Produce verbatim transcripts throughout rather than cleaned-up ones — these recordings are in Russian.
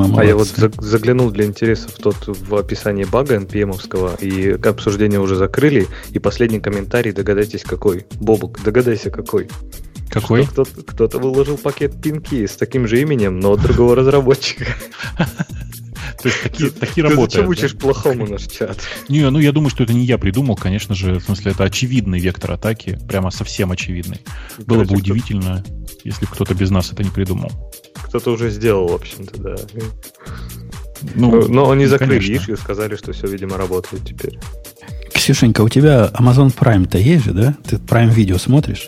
А я вот заглянул для интереса в тот в описание бага эн пи эм-овского, и обсуждение уже закрыли, и последний комментарий, догадайтесь какой. Бобук, догадайся какой. Какой? Что кто-то, кто-то выложил пакет пинки с таким же именем, но от другого разработчика. То есть такие, такие работают. Ты зачем учишь плохому наш чат? Не, ну я думаю, что это не я придумал, конечно же, в смысле, это очевидный вектор атаки, прямо совсем очевидный. Было бы удивительно, если кто-то без нас это не придумал. Кто-то уже сделал, в общем-то, да. Ну, но они закрыли ишью и сказали, что все, видимо, работает теперь. Ксюшенька, у тебя Amazon Prime-то есть же, да? Ты Prime Video смотришь?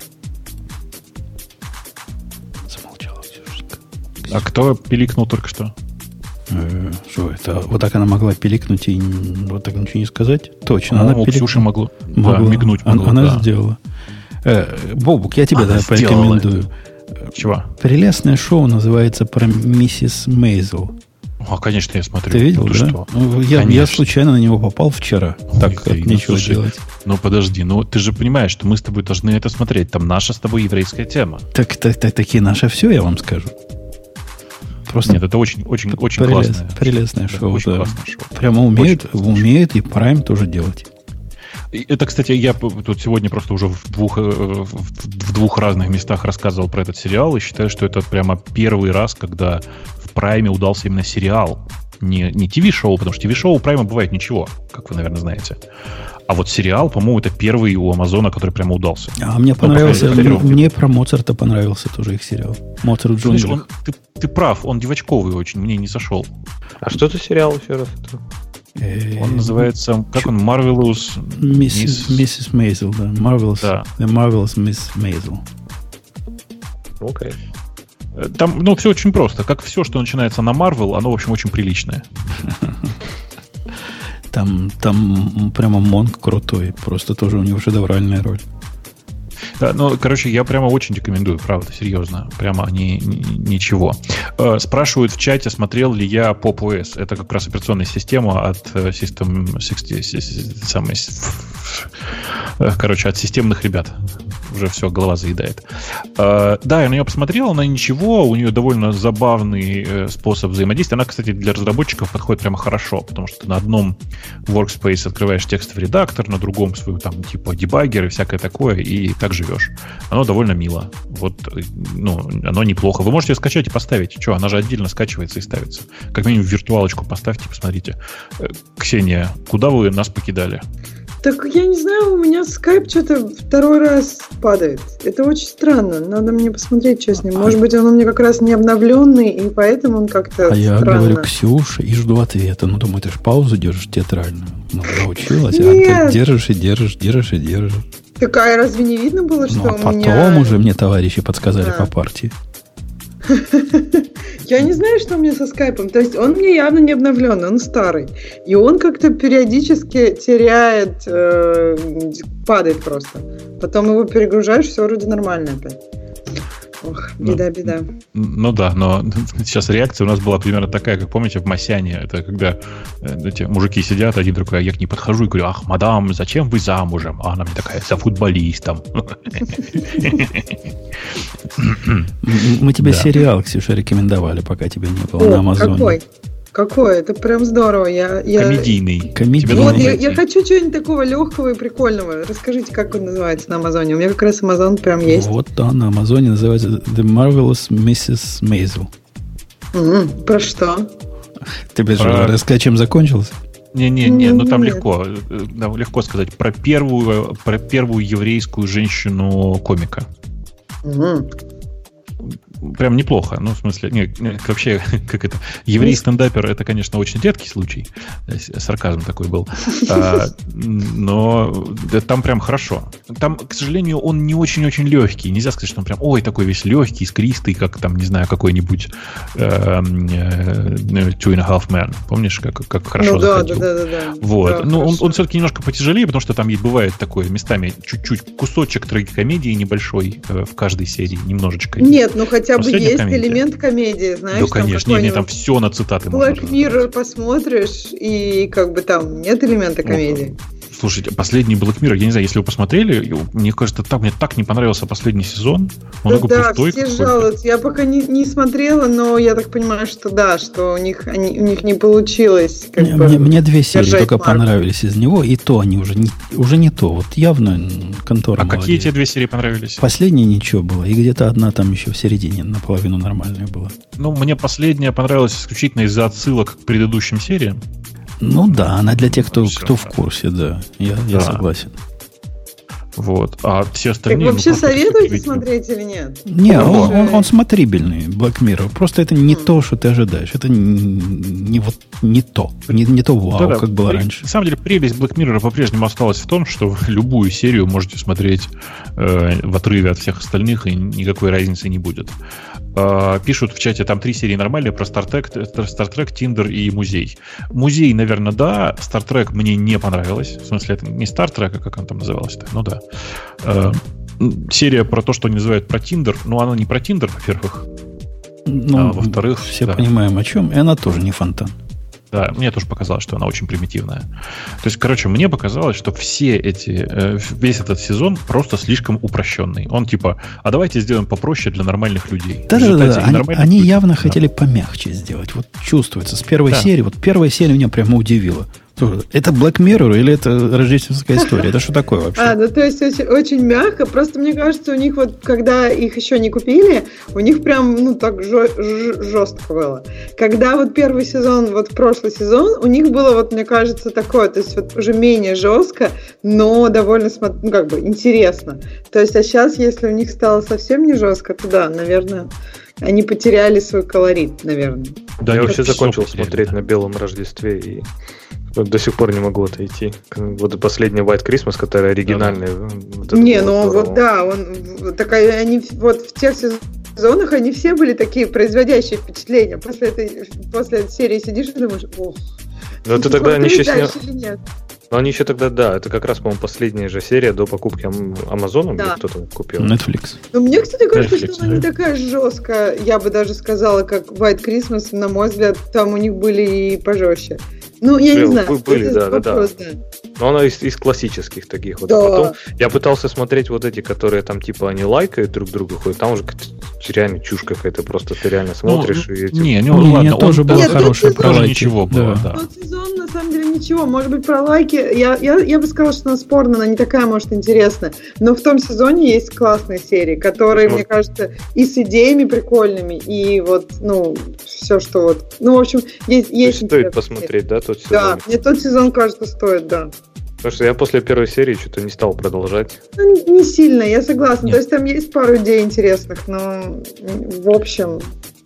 Замолчала Ксюшенька. А кто пиликнул только что? Что это? Вот так она могла пиликнуть и вот так ничего не сказать? Точно, ну, она пиликнула. Ксюша могла, могла. Да, мигнуть могла. Она, да. она сделала. Э, Бобук, я тебе да, порекомендую. Чего? Прелестное шоу называется про миссис Мейзел. О, конечно, я смотрю. Ты видел, ну, да? Что? Ну, я, я случайно на него попал вчера. Ой, так как ну, нечего слушай, делать. Ну, подожди, ну ты же понимаешь, что мы с тобой должны это смотреть. Там наша с тобой еврейская тема. Так, так, так таки наше все, я вам скажу. Просто Нет, это очень, очень, очень прелест, классное, прелестное да, шоу. Очень да. классное шоу. Прямо умеет, умеет и Prime тоже делать. Это, кстати, я тут сегодня просто уже в двух, в двух разных местах рассказывал про этот сериал и считаю, что это прямо первый раз, когда в Прайме удался именно сериал. Не, не ти ви-шоу, потому что ти ви-шоу у Прайма бывает ничего, как вы, наверное, знаете. А вот сериал, по-моему, это первый у Амазона, который прямо удался. А мне понравился, мне, мне про Моцарта понравился тоже их сериал. Моцарт в джунглях. Он, ты, ты прав, он девочковый очень, мне не зашел. А что за сериал еще раз? Он называется, как он, Marvelous... Миссис Миссис Мейзел, да. Marvelous, да. The Marvelous Miss Maisel. Окей. Okay. Там, ну, все очень просто. Как все, что начинается на Marvel, оно, в общем, очень приличное. Там, там прямо Монк крутой. Просто тоже у него шедевральная роль. Да, ну, короче, я прямо очень рекомендую, правда, серьезно. Прямо ни, ни, ничего. Э, спрашивают в чате, смотрел ли я Pop о эс. Это как раз операционная система от System шестьдесят, самой, короче, от системных ребят. Уже все, голова заедает. Э, да, я на нее посмотрел, она ничего, у нее довольно забавный э, способ взаимодействия. Она, кстати, для разработчиков подходит прямо хорошо, потому что ты на одном workspace открываешь текстовый редактор, на другом свою там типа дебаггер и всякое такое, и так живешь. Оно довольно мило. Вот, ну, оно неплохо. Вы можете скачать и поставить. Что, она же отдельно скачивается и ставится. Как минимум виртуалочку поставьте, посмотрите. Ксения, куда вы нас покидали? Так я не знаю, у меня скайп что-то второй раз падает. Это очень странно. Надо мне посмотреть, что с ним. Может быть, он у меня как раз не обновленный, и поэтому он как-то А странно. я говорю, Ксюша, и жду ответа. Ну, думаю, ты же паузу держишь театральную. Ну, научилась, а ты держишь и держишь, держишь и держишь. Так а разве не видно было, что ну, а у потом меня... потом уже мне товарищи подсказали да. по партии. Я не знаю, что у меня со скайпом. То есть он мне явно не обновленный, он старый. И он как-то периодически теряет, э, падает просто. Потом его перегружаешь, все вроде нормально опять. Ох, беда, ну, беда. Ну да, но сейчас реакция у нас была примерно такая, как помните в «Масяне». Это когда эти мужики сидят, один другой, а я к ней подхожу и говорю: ах, мадам, зачем вы замужем? А она мне такая: за футболистом. Мы тебе сериал, Ксюша, рекомендовали, пока тебя не было на Амазоне. Какой? Какой? Это прям здорово. Я, я... Комедийный. Комедийный. Вот, я, я хочу чего-нибудь такого легкого и прикольного. Расскажите, как он называется на Амазоне. У меня как раз Амазон прям есть. Вот, да, на Амазоне называется The Marvelous миссис Maisel. Mm-hmm. Про что? Тебе Про... же рассказать, чем закончился? Не-не-не, ну там легко. Легко сказать. Про первую, про первую еврейскую женщину-комика. Mm-hmm. Прям неплохо. Ну, в смысле, не, вообще, как это, еврей-стендапер — это, конечно, очень редкий случай. Сарказм такой был. А, но да, там прям хорошо. Там, к сожалению, он не очень-очень легкий. Нельзя сказать, что он прям, ой, такой весь легкий, искристый, как там, не знаю, какой-нибудь э, Two and a Half Men. Помнишь, как, как хорошо ну, да, заходил? Да, да, да, да. Вот. Да, ну, он, он все-таки немножко потяжелее, потому что там бывает такое местами чуть-чуть кусочек трагикомедии небольшой э, в каждой серии, немножечко. Нет, ну хотя бы есть комедия. Элемент комедии, знаешь. Да, конечно, нет, нет, там все на цитаты. Black Mirror посмотришь, и как бы там нет элемента комедии. Ну, Слушайте, последний Black Mirror, я не знаю, если вы посмотрели, мне кажется, так, мне так не понравился последний сезон. Он да, такой да, пустой. Все жалуются. Я пока не, не смотрела, но я так понимаю, что да, что у них, они, у них не получилось. Как мне, бы, мне, мне две серии только марку. понравились из него, и то они уже не, уже не то. Вот явно контора А молодец. какие тебе две серии понравились? Последняя ничего было, и где-то одна там еще в середине наполовину нормальная была. Ну, мне последняя понравилась исключительно из-за отсылок к предыдущим сериям. Ну да, она для тех, кто, Все, кто в да. курсе, да. Я, я Да. согласен. Вот. А все Так остальные... вообще ну, просто советуете какие-то, смотреть или нет? Не, Он он, же- он, он смотрибельный, Black Mirror. Просто это не М. то, что ты ожидаешь. Это не, не вот не то. Не, не то вау, Да-да, как было при- раньше. На самом деле, прелесть Black Mirror по-прежнему осталась в том, что вы любую серию можете смотреть э, в отрыве от всех остальных, и никакой разницы не будет. Э, пишут в чате, там три серии нормальные про Star Trek, Star Trek, Tinder и Музей. Музей, наверное, да. Star Trek мне не понравилось. В смысле, это не Star Trek, а как он там назывался-то? Ну да. Э, серия про то, что они называют про Tinder, ну, она не про Tinder, во-первых. Ну, а во-вторых, все да. понимаем о чем. И она тоже не фонтан. Да, мне тоже показалось, что она очень примитивная. То есть, короче, мне показалось, что все эти, э, весь этот сезон просто слишком упрощенный. Он типа, а давайте сделаем попроще для нормальных людей. В Да-да-да, результате и они, нормальных они людей- явно да. хотели помягче сделать. Вот чувствуется. С первой Да. серии, вот первая серия меня прямо удивила. Это Black Mirror или это рождественская история? Это что такое вообще? А, ну то есть очень, очень мягко. Просто мне кажется, у них вот, когда их еще не купили, у них прям, ну, так жё- ж- жестко было. Когда вот первый сезон, вот прошлый сезон, у них было, вот, мне кажется, такое, то есть вот уже менее жестко, но довольно, смо- ну, как бы, интересно. То есть, а сейчас, если у них стало совсем не жестко, то да, наверное, они потеряли свой колорит, наверное. Да, Я они вообще всё закончил потеряли, смотреть да. на Белом Рождестве и до сих пор не могу отойти. Вот последняя White Christmas, которая оригинальная. Вот это Не, было ну здорово. вот да, он такая, они вот в тех сезонах они все были такие производящие впечатления. После этой, после этой серии сидишь и думаешь, ох. Но это тогда они смотреть еще сня... дальше или нет? Но они еще тогда, да, это как раз, по-моему, последняя же серия до покупки Ам- Амазоном, Да. где кто-то купил. Netflix. Но мне, кстати, кажется, Netflix, что она не да. такая жесткая, я бы даже сказала, как White Christmas. На мой взгляд, там у них были и пожестче. Ну, я не Был- знаю. бы- были, это да, да, да. вопрос, да. Но она из, из классических таких вот. Да. А потом я пытался смотреть вот эти, которые там типа они лайкают друг друга, ходят. Там уже как-то реально чушь какая-то, просто ты реально смотришь Ну, и эти... Не, Не, ну, не, ладно, тоже он- было Нет, хорошее тут про тоже лайки. ничего было, да. Тот сезон, на самом деле, ничего. Может быть, про лайки. Я, я, я бы сказала, что она спорная, она не такая, может, интересная. Но в том сезоне есть классные серии, которые, Ну, мне кажется, и с идеями прикольными, и вот, ну, все, что вот... Ну, в общем, есть... То есть есть стоит интересные посмотреть, да, тот серии. сезон? Да, мне тот сезон, кажется, стоит, да. Потому что я после первой серии что-то не стал продолжать. Ну, не сильно, я согласна. Нет. То есть там есть пару идей интересных, но в общем...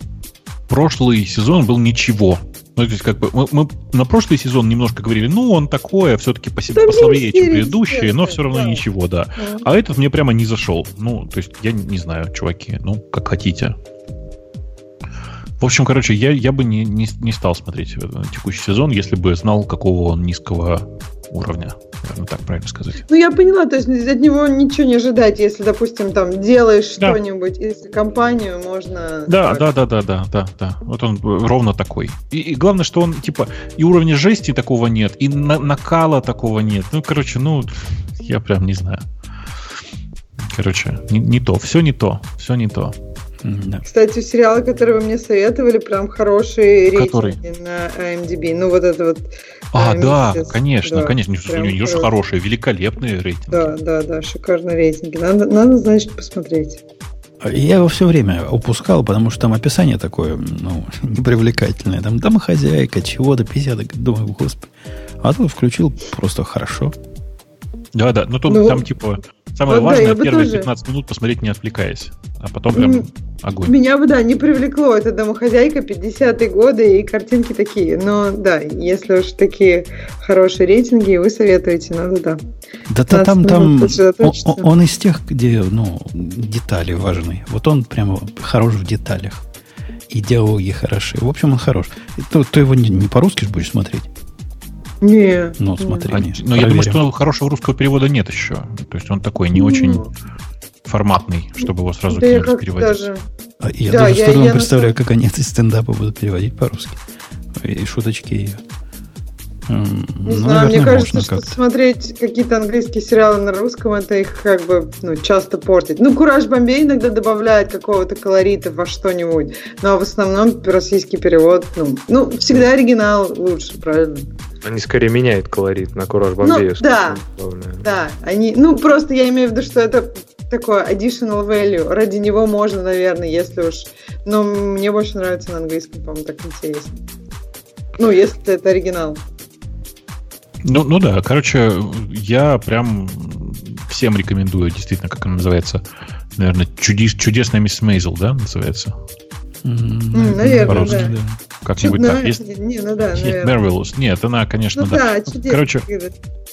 Прошлый сезон был ничего. Ну, то есть, как бы, мы, мы на прошлый сезон немножко говорили, ну, он такое, все-таки по себе Там послабее, чем серии предыдущие, но интересные, все равно да. ничего, да. А этот мне прямо не зашел. Ну, то есть, я не знаю, чуваки, ну, как хотите. В общем, короче, я, я бы не, не, не стал смотреть текущий сезон, если бы знал, какого он низкого уровня. Наверное, так правильно сказать. Ну, я поняла, то есть от него ничего не ожидать, если, допустим, там делаешь Да. что-нибудь, если компанию можно... Да, так. да, да, да, да, да, да. Вот он ровно такой. И, и главное, что он, типа, и уровня жести такого нет, и на- накала такого нет. Ну, короче, ну, я прям не знаю. Короче, не, не то, все не то, все не то. Да. Кстати, сериалы, которые вы мне советовали, прям хорошие Который? рейтинги на IMDb. Ну, вот это вот... А, а, да, месяц. конечно, Да, конечно. прям У нее же хороший. хорошие, великолепные рейтинги. Да, да, да, шикарные рейтинги. Надо, надо, значит, посмотреть. Я его все время упускал, потому что там описание такое, ну, непривлекательное. Там домохозяйка, чего-то, пятьдесят. Думаю, господи. А тут включил просто хорошо. Да, да. Ну, тут Ну, там, типа, самое вот да, важное, я бы первые тоже. пятнадцать минут посмотреть, не отвлекаясь. А потом прям М, огонь. Меня бы, да, не привлекло. Это домохозяйка, пятидесятые годы, и картинки такие. Но, да, если уж такие хорошие рейтинги, вы советуете, надо, да. Да то там, минут там он, сосредоточиться. он- он из тех, где, ну, детали важны. Вот он прямо хорош в деталях. И диалоги хороши. В общем, он хорош. И то, то его не, не по-русски же будешь смотреть. Не. Ну, не. смотри. А, не, но я думаю, проверим. что хорошего русского перевода нет еще. То есть он такой не Ну, очень форматный, чтобы его сразу Да я кинуть как переводить. даже... А Я Да, даже я- с трудом я на представляю, самом- как они из стендапа будут переводить по-русски. И шуточки ее. Не ну, знаю, наверное, мне кажется, что как-то смотреть какие-то английские сериалы на русском, это их как бы ну, часто портит. Ну, Кураж Бомбей иногда добавляет какого-то колорита во что-нибудь, но в основном российский перевод, ну, ну всегда оригинал лучше, правильно? Они скорее меняют колорит на Кураж Бомбей. Ну, да, да, они, ну, просто я имею в виду, что это такое additional value, ради него можно, наверное, если уж, но мне больше нравится на английском, по-моему, так интересно. Ну, если это оригинал. Ну, ну да, короче, я прям всем рекомендую, действительно, как она называется, наверное, чудес, чудесная мисс Мейзел, да, называется? Mm, наверное, по-русски, да. Как-нибудь Чудно, так. Есть, не, ну да, есть Marvelous. Нет, она, конечно, ну, да. да чудес, короче, чудес.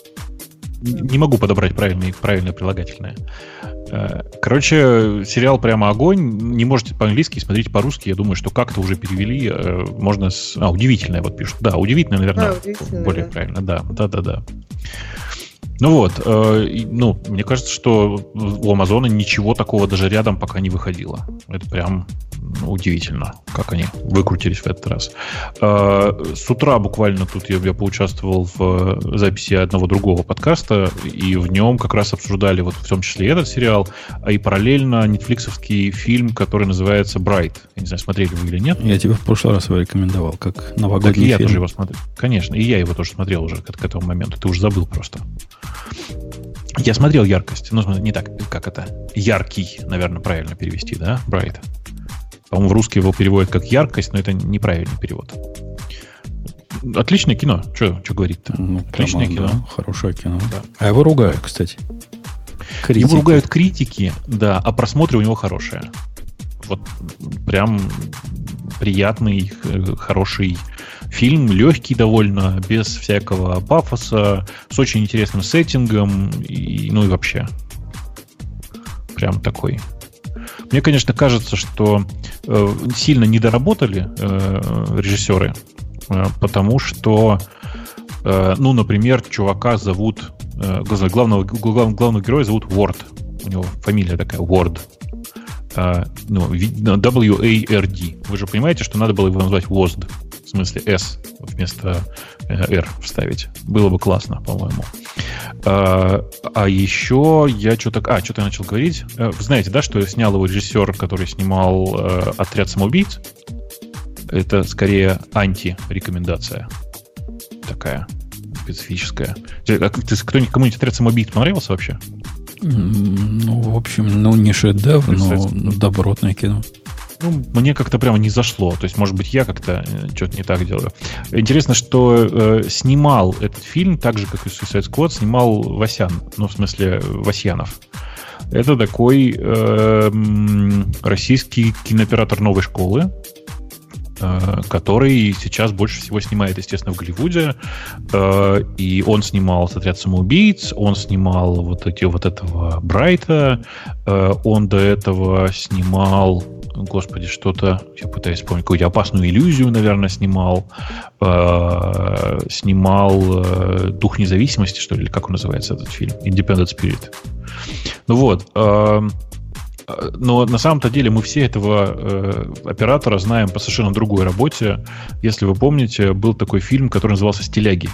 Не могу подобрать правильное, правильное прилагательное. Короче, сериал прямо огонь. Не можете по-английски, смотрите по-русски. Я думаю, что как-то уже перевели. Можно с... А, удивительное вот пишут. Да, удивительное, наверное, а, удивительное, более да. правильно. Да, да, да, да. Ну вот, э, ну, мне кажется, что у Амазона ничего такого даже рядом пока не выходило. Это прям ну, удивительно, как они выкрутились в этот раз. Э, с утра буквально тут я, я поучаствовал в записи одного другого подкаста, и в нем как раз обсуждали вот в том числе этот сериал, а и параллельно нетфликсовский фильм, который называется «Брайт». Я не знаю, смотрели вы или нет. Я тебе в прошлый раз его рекомендовал, как новогодний так и я фильм. тоже его смотрел. Конечно, и я его тоже смотрел уже к, к этому моменту. Ты уже забыл просто. Я смотрел «Яркость». Ну, не так, как это? «Яркий», наверное, правильно перевести, да? «Брайт». По-моему, в русский его переводят как «Яркость», но это неправильный перевод. Отличное кино. Что говорить-то? Ну, Отличное прямо, кино. Да, хорошее кино. Да. А его ругают, кстати. Критики. Его ругают критики, да, а просмотры у него хорошие. Вот прям приятный, хороший фильм, легкий довольно, без всякого пафоса, с очень интересным сеттингом, и, ну и вообще. Прям такой. Мне, конечно, кажется, что э, сильно недоработали э, режиссеры, э, потому что, э, ну, например, чувака зовут, э, главного, глав, главного героя зовут Уорд. У него фамилия такая, Уорд. Uh, ну, дабл ю эй ар ди. Вы же понимаете, что надо было его назвать Возд. В смысле S вместо uh, R вставить. Было бы классно, по-моему. Uh, а еще я что-то... А, что-то я начал говорить. Uh, вы знаете, да, что снял его режиссер, который снимал uh, «Отряд самоубийц»? Это скорее анти-рекомендация. Такая специфическая. Кто-нибудь, кому-нибудь «Отряд самоубийц» понравился вообще? Ну, в общем, ну, не шедевр, но добротное кино. Ну, мне как-то прямо не зашло. То есть, может быть, я как-то что-то не так делаю. Интересно, что э, снимал этот фильм, так же, как и Suicide Squad, снимал Васян. Ну, в смысле, Васьянов. Это такой э, российский кинооператор новой школы, который сейчас больше всего снимает, естественно, в Голливуде. И он снимал «Отряд самоубийц», он снимал вот, эти, вот этого Брайта, он до этого снимал, господи, что-то, я пытаюсь вспомнить, какую-то «Опасную иллюзию», наверное, снимал. Снимал «Дух независимости», что ли, или как он называется, этот фильм? «Independent Spirit». Ну вот. Но на самом-то деле мы все этого э, оператора знаем по совершенно другой работе. Если вы помните, был такой фильм, который назывался «Стиляги».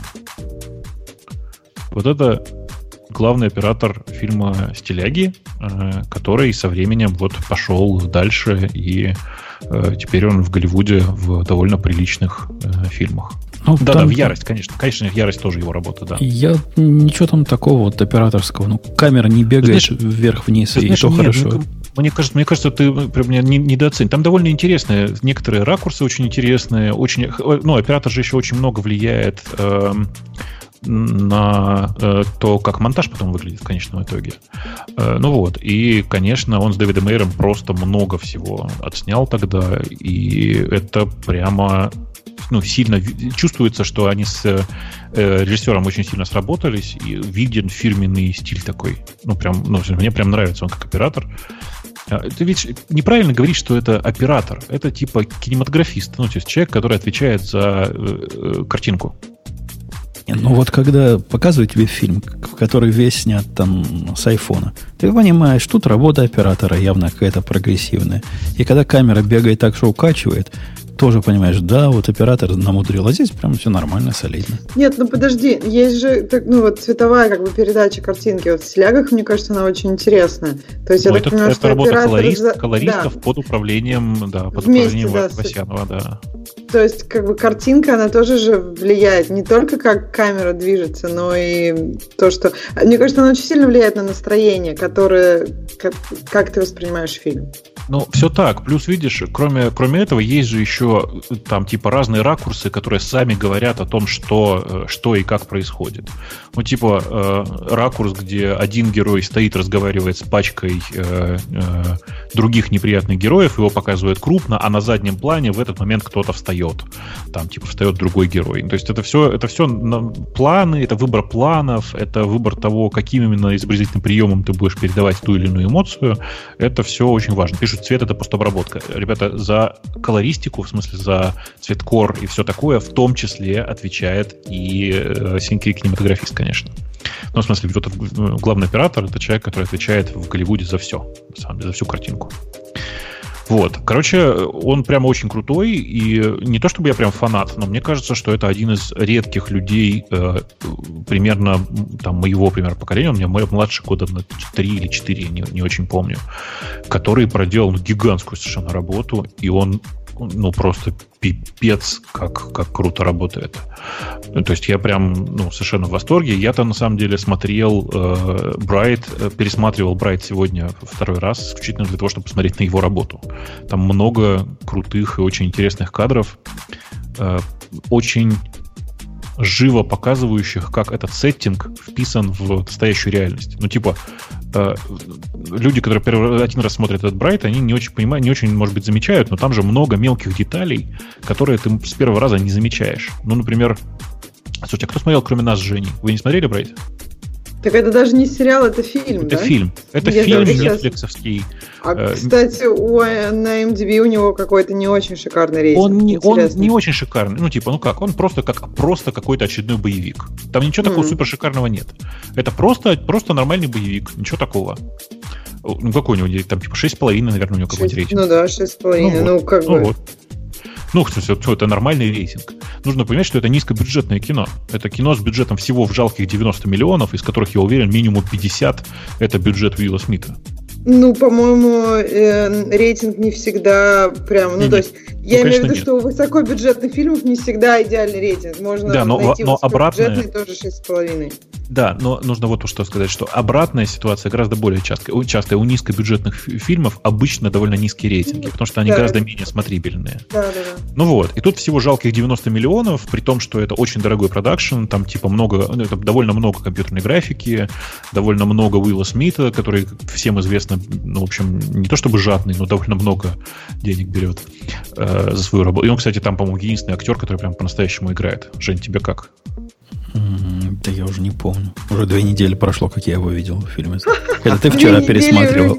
Вот это главный оператор фильма «Стиляги», э, который со временем вот пошел дальше, и э, теперь он в Голливуде в довольно приличных э, фильмах. Ну, да, да, в «Ярость», конечно. Конечно, «Ярость» тоже его работа, да. Я ничего там такого вот операторского. Ну, камера не бегает вверх-вниз, и то хорошо. Ну, мне кажется, мне кажется, ты прям меня недооценил. Там довольно интересные, некоторые ракурсы очень интересные. Очень, ну, оператор же еще очень много влияет э, на э, то, как монтаж потом выглядит в конечном итоге. Э, ну вот. И, конечно, он с Дэвидом Эйром просто много всего отснял тогда. И это прямо... Ну, сильно чувствуется, что они с э, режиссером очень сильно сработались, и виден фирменный стиль такой. Ну, прям, ну, мне прям нравится он как оператор. Ты ведь неправильно говоришь, что это оператор. Это типа кинематографист. Ну, то есть человек, который отвечает за э, картинку. Ну, вот когда показывают тебе фильм, который весь снят там с айфона, ты понимаешь, тут работа оператора явно какая-то прогрессивная. И когда камера бегает так, что укачивает, тоже понимаешь, да, вот оператор намудрил, а здесь прям все нормально, солидно. Нет, ну подожди, есть же так, ну вот цветовая как бы передача картинки. Вот в «Слягах», мне кажется, она очень интересная. То есть, ну, я это, так понимаю, это что работа колорист, за... колористов да. под управлением, да, под Вместе, управлением да, Васянова, да. То есть, как бы картинка, она тоже же влияет не только как камера движется, но и то, что... Мне кажется, она очень сильно влияет на настроение, которое... Как, как ты воспринимаешь фильм. Ну, все так. Плюс, видишь, кроме, кроме этого, есть же еще там типа разные ракурсы, которые сами говорят о том, что, что и как происходит. Ну, типа э, ракурс, где один герой стоит, разговаривает с пачкой э, э, других неприятных героев, его показывают крупно, а на заднем плане в этот момент кто-то встает. Там, типа, встает другой герой. То есть это все, это все планы, это выбор планов, это выбор того, каким именно изобразительным приемом ты будешь передавать ту или иную эмоцию. Это все очень важно. Пишут, цвет — это просто обработка. Ребята, за колористику, в смысле за цветкор и все такое, в том числе отвечает и э, кинематографист, конечно. Ну, в смысле, вот главный оператор — это человек, который отвечает в Голливуде за все, на самом деле, за всю картинку. Вот. Короче, он прямо очень крутой, и не то чтобы я прям фанат, но мне кажется, что это один из редких людей э, примерно там, моего, примерно, поколения, он у меня младше года на три или четыре, не, не очень помню, который проделал гигантскую совершенно работу, и он ну, просто пипец, как, как круто работает. То есть я прям ну, совершенно в восторге. Я-то на самом деле смотрел э, Брайт, пересматривал Брайт сегодня второй раз, исключительно для того, чтобы посмотреть на его работу. Там много крутых и очень интересных кадров, э, очень живо показывающих, как этот сеттинг вписан в настоящую реальность. Ну, типа, э, люди, которые первый, один раз смотрят этот Брайт, они не очень понимают, не очень, может быть, замечают, но там же много мелких деталей, которые ты с первого раза не замечаешь. Ну, например, слушайте, а кто смотрел, кроме нас с Женей? Вы не смотрели Брайт? Так это даже не сериал, это фильм, Это да? фильм. Это Я фильм сейчас... нетфликсовский. А, кстати, у, на эм ди би у него какой-то не очень шикарный рейтинг. Он не, он не очень шикарный. Ну, типа, ну как, он просто как просто какой-то очередной боевик. Там ничего mm-hmm. такого супер шикарного нет. Это просто, просто нормальный боевик. Ничего такого. Ну, какой у него? Там, типа, шесть с половиной, наверное, у него какой-то рейтинг. Ну да, шесть с половиной. Ну, вот. ну как ну, бы... Вот. Ну, все, это нормальный рейтинг. Нужно понимать, что это низкобюджетное кино. Это кино с бюджетом всего в жалких девяносто миллионов, из которых, я уверен, минимум пятьдесят – это бюджет Уилла Смита. Ну, по-моему, э, рейтинг не всегда прям... Ну, не, то есть, я ну, имею в виду, что у высокобюджетных фильмов не всегда идеальный рейтинг. Можно да, но, найти но высокобюджетный тоже шесть с половиной. Да, но нужно вот что сказать, что обратная ситуация гораздо более частая. частая. У низкобюджетных фильмов обычно довольно низкие рейтинги, потому что они да. гораздо менее смотрибельные. Да, да, да. Ну вот, и тут всего жалких девяносто миллионов, при том, что это очень дорогой продакшн, там типа много, ну, это довольно много компьютерной графики, довольно много Уилла Смита, который всем известно, ну, в общем, не то чтобы жадный, но довольно много денег берет э, за свою работу. И он, кстати, там, по-моему, единственный актер, который прям по-настоящему играет. Жень, тебе как? Да я уже не помню. Уже две недели прошло, как я его видел в фильме. Это ты вчера пересматривал.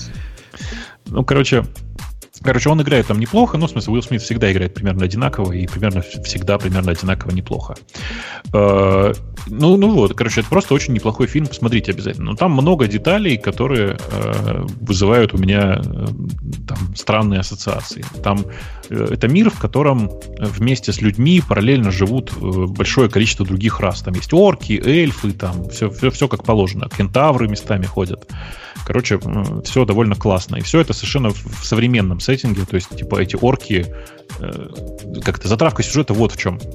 Ну, короче, короче, он играет там неплохо. Ну, в смысле, Уилл Смит всегда играет примерно одинаково и примерно всегда примерно одинаково неплохо. Ну, ну вот, короче, это просто очень неплохой фильм. Посмотрите обязательно. Но там много деталей, которые вызывают у меня там странные ассоциации. Там это мир, в котором вместе с людьми параллельно живут большое количество других рас. Там есть орки, эльфы, там все, все, все как положено. Кентавры местами ходят. Короче, все довольно классно. И все это совершенно в современном сеттинге. То есть, типа, эти орки... Как-то затравка сюжета вот в чем.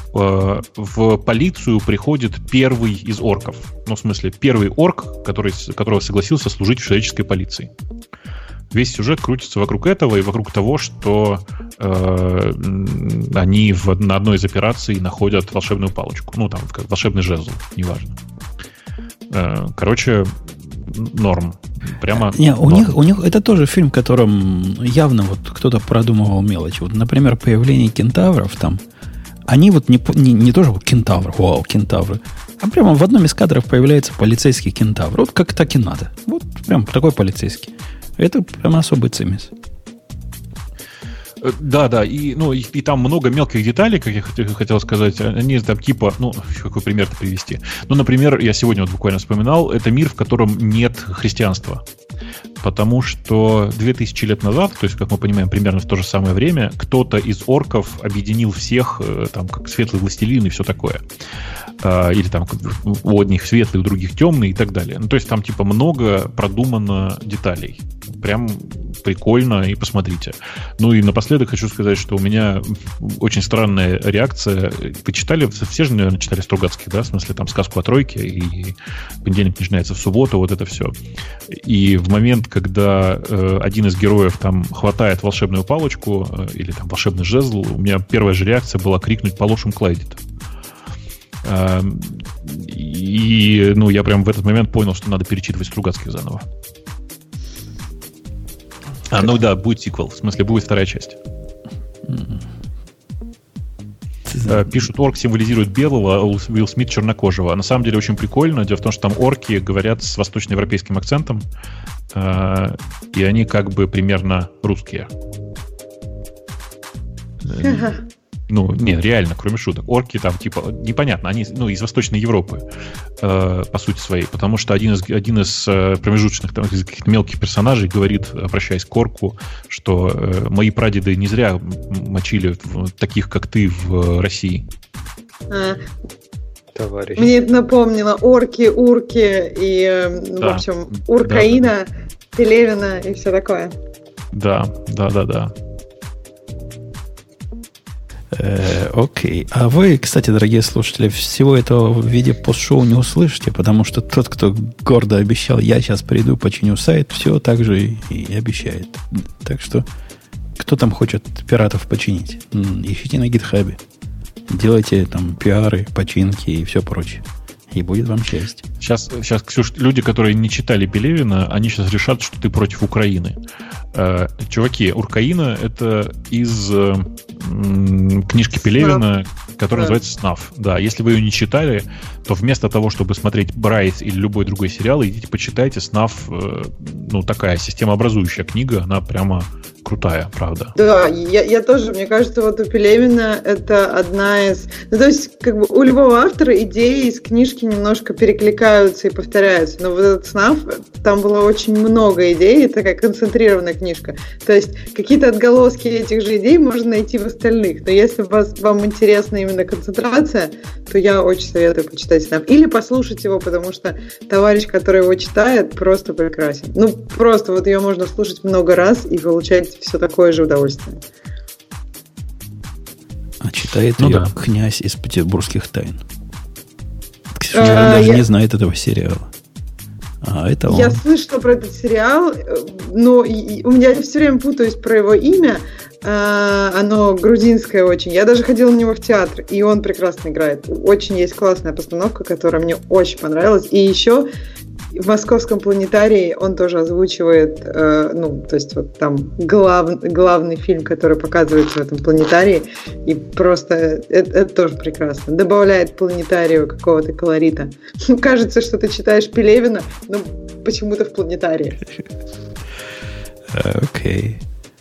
В полицию приходит первый из орков. Ну, в смысле, первый орк, который, которого согласился служить в человеческой полиции. Весь сюжет крутится вокруг этого и вокруг того, что э, они в, на одной из операций находят волшебную палочку. Ну, там, как волшебный жезл, неважно. Э, короче, норм. Прямо Не, у норм. них, у них это тоже фильм, в котором явно вот кто-то продумывал мелочи. Вот, например, появление кентавров там, они вот не, не, не тоже вот кентавр, вау, кентавры, а прямо в одном из кадров появляется полицейский кентавр. Вот как так и надо. Вот прям такой полицейский. Это прямо особый цимис. Да, да, и, ну, и, и там много мелких деталей, как я хотел сказать. Они там типа, ну, какой пример привести. Ну, например, я сегодня вот буквально вспоминал, это мир, в котором нет христианства. потому что две тысячи лет назад, то есть, как мы понимаем, примерно в то же самое время, кто-то из орков объединил всех, там, как светлый властелин и все такое. Или там у одних светлый, у других темный и так далее. Ну, то есть там типа много продумано деталей. Прям прикольно, и посмотрите. Ну и напоследок хочу сказать, что у меня очень странная реакция. Вы читали, все же, наверное, читали Стругацких, да? В смысле, там сказку о тройке, и понедельник начинается в субботу, вот это все. И в момент, когда э, один из героев там хватает волшебную палочку э, или там волшебный жезл, у меня первая же реакция была крикнуть «Полошим Клайдит». И, ну, я прям в этот момент понял, что надо перечитывать Стругацких заново. А, ну да, будет сиквел. В смысле, будет вторая часть. Пишут, орк символизирует белого, а Уилл Смит чернокожего. А на самом деле очень прикольно. Дело в том, что там орки говорят с восточноевропейским акцентом, и они как бы примерно русские. Ну, нет, реально, кроме шуток. Орки там, типа, непонятно, они, ну, из Восточной Европы, э, по сути своей, потому что один из, один из промежуточных, там, из каких-то мелких персонажей говорит, обращаясь к орку, что э, мои прадеды не зря мочили таких, как ты, в России. А. Товарищ. Мне это напомнило орки, урки и, да. В общем, Уркаина, да, да. Пелевина и все такое. Да, да, да, да. Э, окей. А вы, кстати, дорогие слушатели, всего этого в виде постшоу не услышите, потому что тот, кто гордо обещал, я сейчас приду, починю сайт, все так же и, и обещает. Так что, кто там хочет пиратов починить? Ищите на гитхабе. Делайте там пиары, починки и все прочее. И будет вам счастье. Сейчас, сейчас, Ксюш, люди, которые не читали Пелевина, они сейчас решат, что ты против Украины. Э, чуваки, Уркаина — это из э, м, книжки Пелевина, которая да. называется «Снаф». Да, если вы ее не читали, то вместо того, чтобы смотреть «Брайт» или любой другой сериал, идите почитайте «Снаф». Э, ну, такая системообразующая книга, она прямо крутая, правда. Да, я, я тоже, мне кажется, вот у Пелевина это одна из... Ну, то есть, как бы у любого автора идеи из книжки немножко перекликаются и повторяются. Но вот этот «Снаф», там было очень много идей, это такая концентрированная книжка. То есть, какие-то отголоски этих же идей можно найти в остальных. Но если вас, вам интересна именно концентрация, то я очень советую почитать «Снаф». Или послушать его, потому что товарищ, который его читает, просто прекрасен. Ну, просто вот ее можно слушать много раз и получать все такое же удовольствие. А читает ну, ее да. князь из петербургских тайн. Ксюша а, даже я... не знает этого сериала. А это он. Я слышала про этот сериал, но и, у меня все время путаюсь про его имя. А, оно грузинское очень. Я даже ходила на него в театр, и он прекрасно играет. Очень есть классная постановка, которая мне очень понравилась. И еще в Московском планетарии он тоже озвучивает, э, ну, то есть вот там глав, главный фильм, который показывается в этом планетарии, и просто это, это тоже прекрасно. Добавляет планетарию какого-то колорита. Ну, кажется, что ты читаешь Пелевина, но почему-то в планетарии. Окей.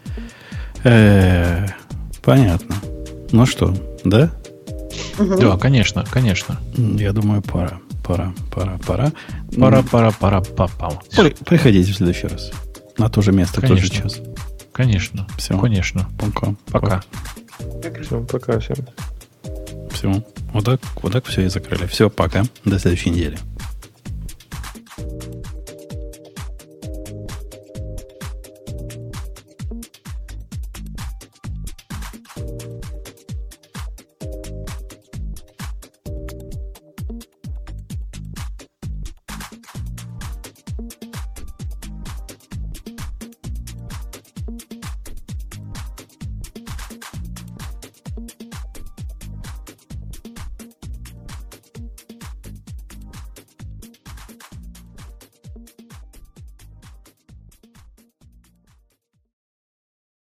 Понятно. Ну что, да? Да, конечно, конечно. Я думаю, пора. Пора, пора, пора. Пора, пора, пора, пора. Приходите в следующий раз. На то же место, в тот же час. Конечно. Все. Конечно. Пока. Пока. Все, пока всем. Все. Вот так, вот так все и закрыли. Все, пока. До следующей недели.